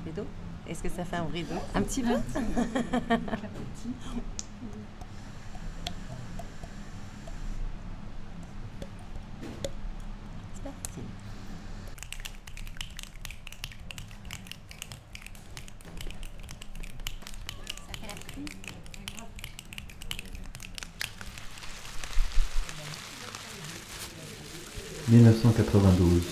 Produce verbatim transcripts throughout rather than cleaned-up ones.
rideau. Est-ce que ça fait un bruit d'eau? Un petit peu. C'est pas facile. Ça fait la pluie. mille neuf cent quatre-vingt-douze.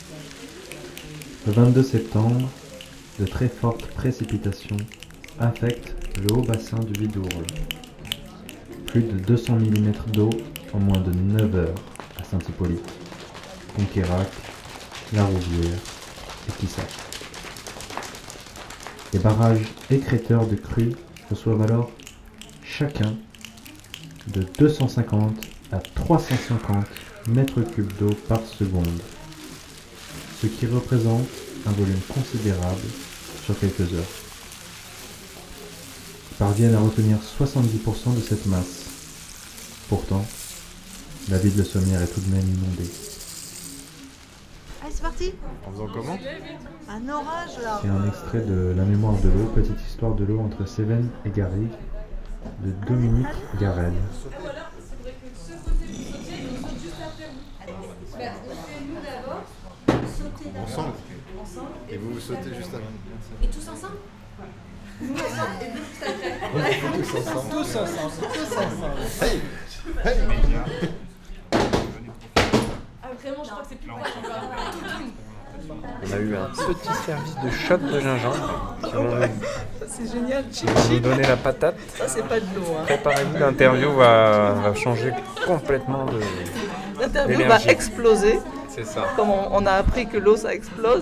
Le vingt-deux septembre, de très fortes précipitations affectent le haut bassin du Vidourle. Plus de deux cents millimètres d'eau en moins de neuf heures à Saint-Hippolyte, Conquérac, La Rouvière et Quissac. Les barrages écrêteurs de crues reçoivent alors chacun de deux cent cinquante à trois cent cinquante mètres cubes d'eau par seconde, ce qui représente un volume considérable sur quelques heures. Ils parviennent à retenir soixante-dix pour cent de cette masse. Pourtant, la ville de Sommières est tout de même inondée. Allez, c'est parti. En faisant comment? Un orage là. C'est un extrait de La mémoire de l'eau, petite histoire de l'eau entre Cévennes et Garrigues, de Dominique Garel. Ensemble. Et vous vous sautez juste avant. Et tous ensemble? Tous ensemble. Tous ensemble. Tous ensemble. Hey, hey. Ah vraiment, je crois que c'est plus proche encore. On a eu un petit service de shot de gingembre qui vont nous, C'est génial. qui vont nous donner la patate. Ça, c'est pas de l'eau. Hein. Préparez-vous, l'interview va, va changer complètement de... L'interview va l'énergie. exploser. C'est ça. Comme on, on a appris que l'eau, ça explose.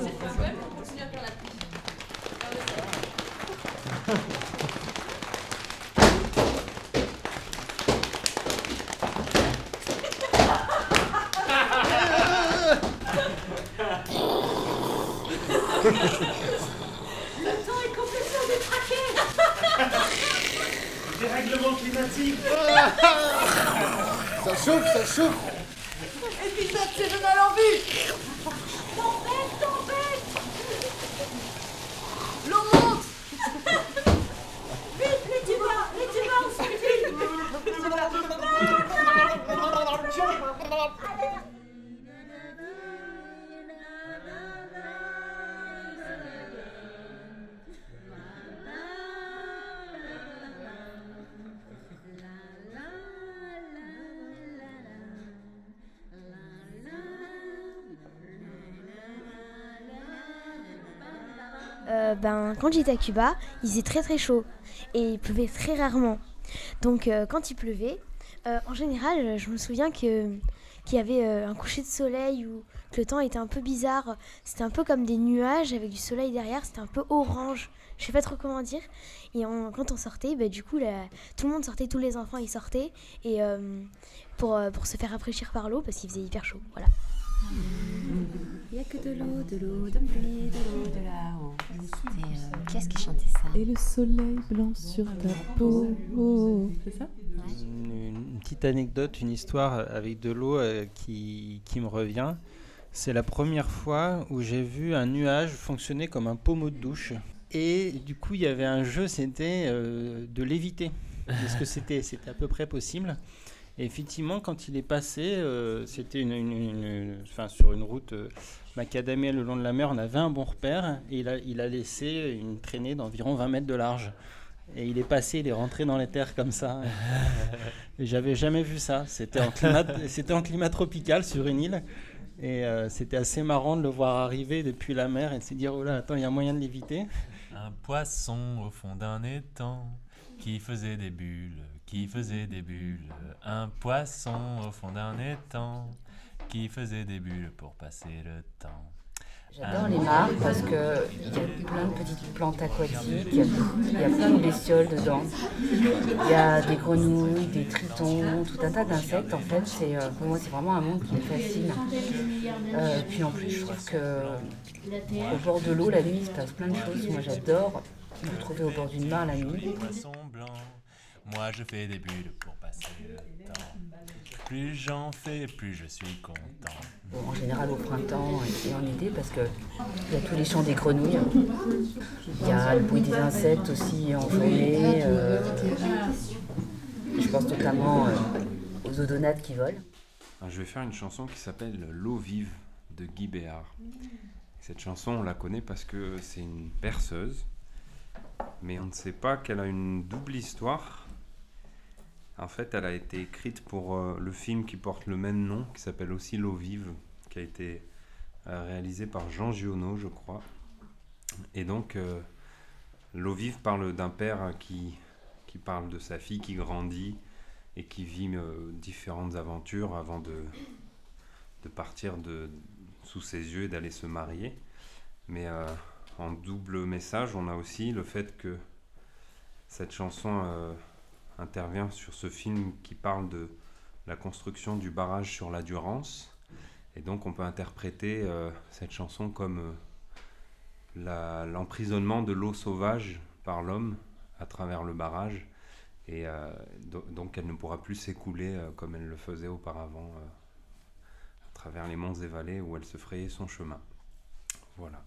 Le temps est complètement détraqué. Dérèglement climatique. Ça chauffe, ça chauffe. Épisode, c'est de mal en vue. Tempête, tempête. L'eau monte. Vite, les tubas, les tubas, on s'enfuit. Euh, ben, quand j'étais à Cuba, il faisait très très chaud et il pleuvait très rarement. Donc euh, quand il pleuvait, euh, en général, je me souviens que qu'il y avait euh, un coucher de soleil ou que le temps était un peu bizarre. C'était un peu comme des nuages avec du soleil derrière, c'était un peu orange. Je sais pas trop comment dire. Et on- quand on sortait, bah, du coup, là, tout le monde sortait, tous les enfants ils sortaient et euh, pour, euh, pour se faire rafraîchir par l'eau parce qu'il faisait hyper chaud. Voilà. Il n'y a que de l'eau, de l'eau, de pluie, de l'eau, de là-haut. C'était, euh, qui est-ce qui chantait ça? Et le soleil blanc sur ta peau. Oh. C'est ça? Une, une petite anecdote, une histoire avec de l'eau euh, qui, qui me revient. C'est la première fois où j'ai vu un nuage fonctionner comme un pommeau de douche. Et du coup, il y avait un jeu, c'était euh, de l'éviter. Parce que c'était, c'était à peu près possible. Et effectivement, quand il est passé, euh, c'était une, une, une- une- enfin, sur une route euh, macadamienne le long de la mer, on avait un bon repère. Et il a, il a laissé une traînée d'environ vingt mètres de large. Et il est passé, il est rentré dans les terres comme ça. Et j'avais jamais vu ça. C'était en climat, c'était en climat tropical sur une île. Et euh, c'était assez marrant de le voir arriver depuis la mer et de se dire, oh là, attends, il y a moyen de l'éviter. Un poisson au fond d'un étang qui faisait des bulles, qui faisait des bulles. Un poisson au fond d'un étang qui faisait des bulles pour passer le temps. J'adore les mares parce qu'il y a plein de petites plantes aquatiques, il y a plein de bestioles dedans. Il y a des grenouilles, des tritons, tout un tas d'insectes. En fait, c'est, euh, pour moi, c'est vraiment un monde qui me fascine. Euh, puis en plus, je trouve qu'au bord de l'eau, la nuit, il se passe plein de choses. Moi, j'adore me trouver au bord d'une mare la nuit. Poisson blanc, moi je fais des bulles pour passer le temps. plus j'en fais, plus je suis content. Bon, en général au printemps et en été parce que il y a tous les chants des grenouilles. Il y a le bruit des insectes aussi en journée. Euh, je pense notamment euh, aux odonates qui volent. Alors, je vais faire une chanson qui s'appelle L'eau vive de Guy Béard. Cette chanson, on la connaît parce que c'est une berceuse, mais on ne sait pas qu'elle a une double histoire. En fait, elle a été écrite pour euh, le film qui porte le même nom, qui s'appelle aussi L'eau vive, qui a été euh, réalisé par Jean Giono, je crois. Et donc, euh, L'eau vive parle d'un père qui, qui parle de sa fille qui grandit et qui vit euh, différentes aventures avant de, de partir de, sous ses yeux et d'aller se marier. Mais euh, en double message, on a aussi le fait que cette chanson euh, intervient sur ce film qui parle de la construction du barrage sur la Durance. Et donc on peut interpréter euh, cette chanson comme euh, la, l'emprisonnement de l'eau sauvage par l'homme à travers le barrage. Et euh, do- donc elle ne pourra plus s'écouler euh, comme elle le faisait auparavant euh, à travers les monts et vallées où elle se frayait son chemin. Voilà.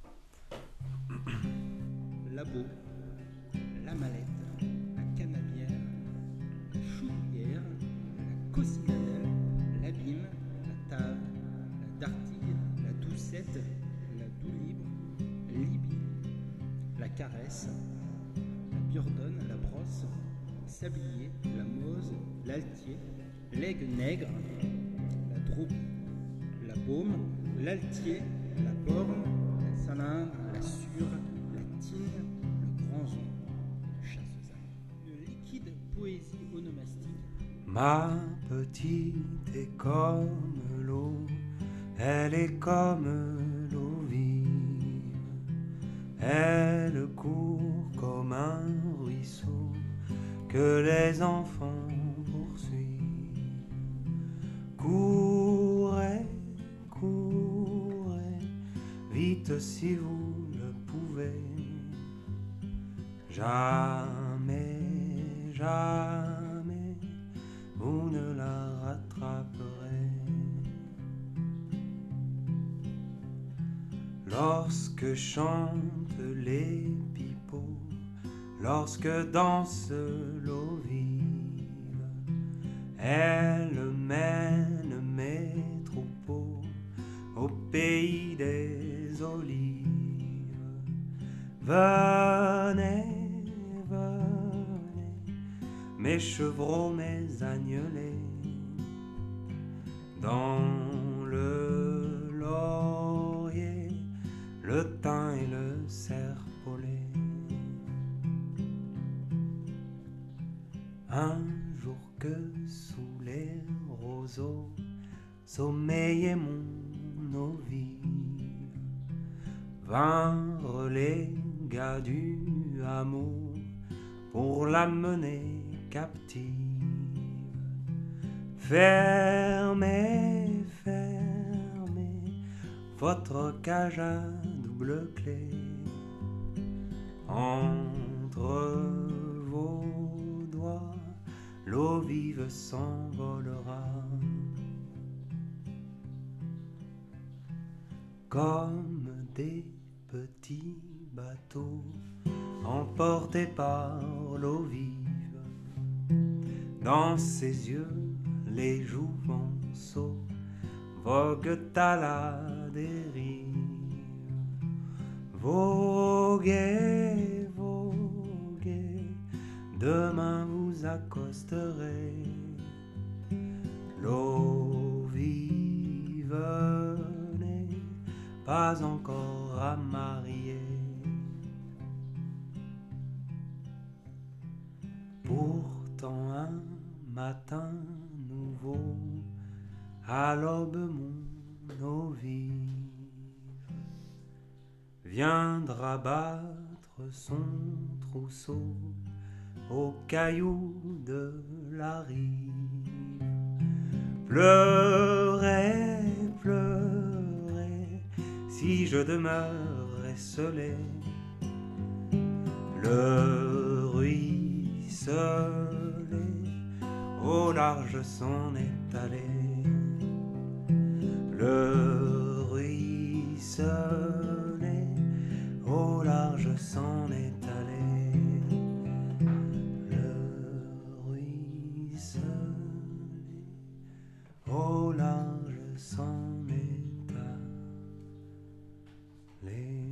Labo, la mallette, la canne à bière, la choulière, la cossinadelle, l'abîme, la tave, la dartille, la doucette, la doux libre, l'ibie, la caresse, la burdonne, la brosse, sablier, la mose, l'altier, l'aigle nègre, la drobie, la baume, l'altier, la borne, la salindre, la sûre, la tine, le grand zon, le chasse-zac. Une liquide poésie onomastique. Ma petite est comme l'eau, elle est comme l'eau vive, elle court comme un ruisseau que les enfants poursuivent. Courez, courez, vite si vous le pouvez. Jamais, jamais, vous ne la rattraperez. Lorsque chantent les pipeaux, lorsque danse l'eau vive, elle mène mes troupeaux au pays des olives. Venez, venez, mes chevreaux, mes agnelets, dans le laurier, le thym et le serpolet. Un jour que sous les roseaux sommeillait mon eau vive, vinrent les gars du hameau pour la mener captive. Fermez, fermez votre cage à double clé, entre vos doigts l'eau vive s'envolera. Comme des petits bateaux emportés par l'eau vive, dans ses yeux les jouvenceaux voguent à la dérive. Voguez, voguez, demain vous accosterez. L'eau vive n'est pas encore à marier. Pourtant un matin nouveau, à l'aube mon eau vive viendra battre son trousseau aux cailloux de la rive. Pleurez, pleurez, si je demeure esselé, le ruisselet au large s'en est allé, le ruisselet au large s'en est allé, le ruisselet au large s'en est allé.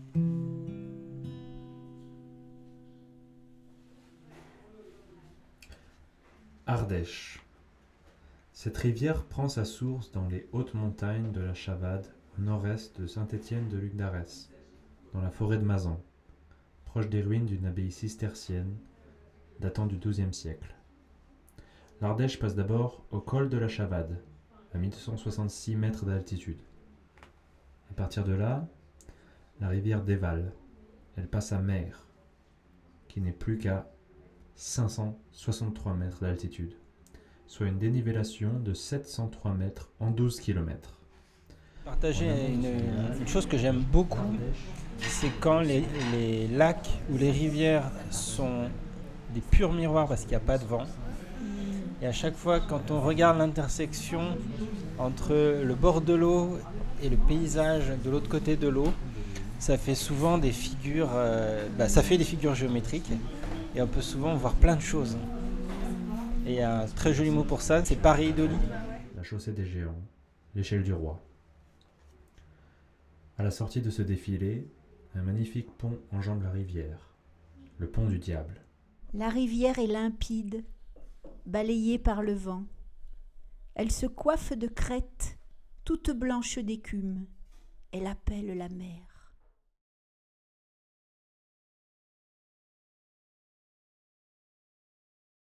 Ardèche. Cette rivière prend sa source dans les hautes montagnes de la Chavade, au nord-est de Saint-Étienne-de-Luc d'Arès, dans la forêt de Mazan, proche des ruines d'une abbaye cistercienne datant du douzième siècle. L'Ardèche passe d'abord au col de la Chavade, à mille cent soixante-six mètres d'altitude. À partir de là, la rivière dévale. Elle passe à Mer, qui n'est plus qu'à cinq cent soixante-trois mètres d'altitude, soit une dénivellation de sept cent trois mètres en douze kilomètres. Partager une, une chose que j'aime beaucoup, c'est quand les, les lacs ou les rivières sont des purs miroirs parce qu'il n'y a pas de vent. Et à chaque fois, quand on regarde l'intersection entre le bord de l'eau et le paysage de l'autre côté de l'eau, ça fait souvent des figures, euh, bah, ça fait des figures géométriques. Et on peut souvent voir plein de choses. Et il y a un très joli mot pour ça, c'est pareidolie. La chaussée des géants, l'échelle du roi. À la sortie de ce défilé, un magnifique pont enjambe la rivière, le pont du diable. La rivière est limpide, balayée par le vent. Elle se coiffe de crêtes, toute blanche d'écume. Elle appelle la mer.